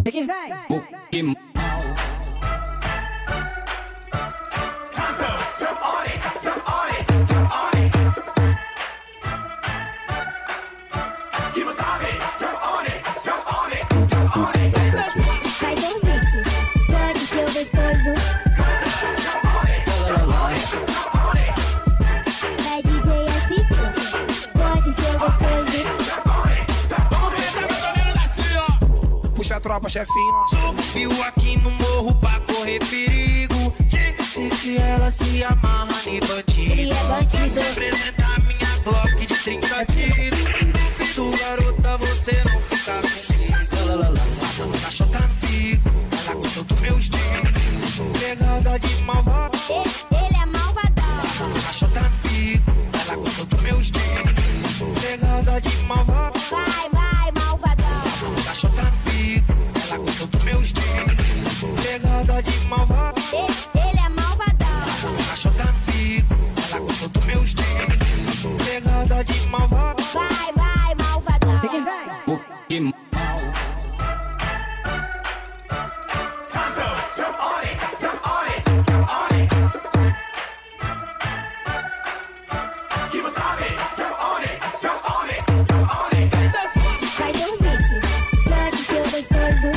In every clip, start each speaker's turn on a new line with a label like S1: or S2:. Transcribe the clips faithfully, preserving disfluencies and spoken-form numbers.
S1: que vem.
S2: Pokémon.
S1: Faz um Vicky, pode ser o gostoso. Vai D J F P, pode ser o gostoso.
S3: Vamos começar mais ou menos assim, ó. Puxa a tropa, chefinho. Subiu aqui no morro pra correr perigo. Disse que ela se amarra em bandido.
S1: Ele é bandido.
S3: Apresentar minha Glock de trinta tiros. Tu, garota, você não fica comigo. Cachota amigo, ela gostou do meu estilo. Pegada de malvado.
S1: Ele, ele é malvadão.
S3: Cachota amigo, ela gostou do meu estilo. Pegada de malvado.
S1: Vai, vai, malvadão.
S3: Cachota amigo, ela gostou do meu estilo. Pegada de malvado.
S1: Ele, ele é malvadão.
S3: Cachota amigo, ela gostou do meu estilo. Pegada de malvado.
S1: Vai, vai, malvadão.
S2: Pokémon.
S1: Faz um Vicky, pode ser o gostoso.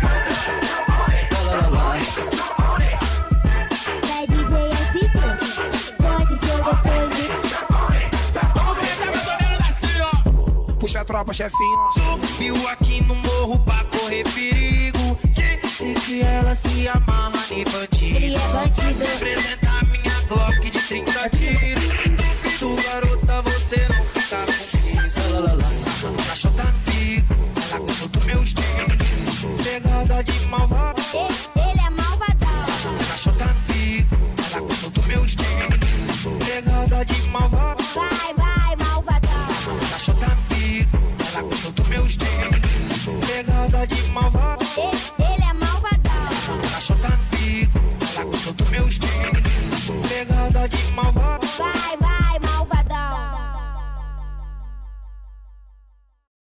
S1: Vai D J F P, pode ser o gostoso.
S3: Vamos começar mais ou menos assim, ó. Puxa a tropa, chefinho. Subiu aqui no morro pra correr perigo. Disse que ela se amarra em bandido.
S1: Ele é bandido.
S3: Apresentar minha Glock de trinta tiros. Tu, garota, você não fica comigo. Cachota amigo, ela gostou do meu estilo. Pegada de malvado.
S1: Ele, ele é malvadão.
S3: Cachota amigo, ela gostou do meu estilo. Pegada de malvado.
S1: Vai, vai, malvadão.
S3: Cachota amigo, ela gostou do meu estilo. Pegada de malvado.
S1: Ele, ele é malvadão.
S3: Cachota amigo, ela gostou do meu estilo. Pegada de malvado.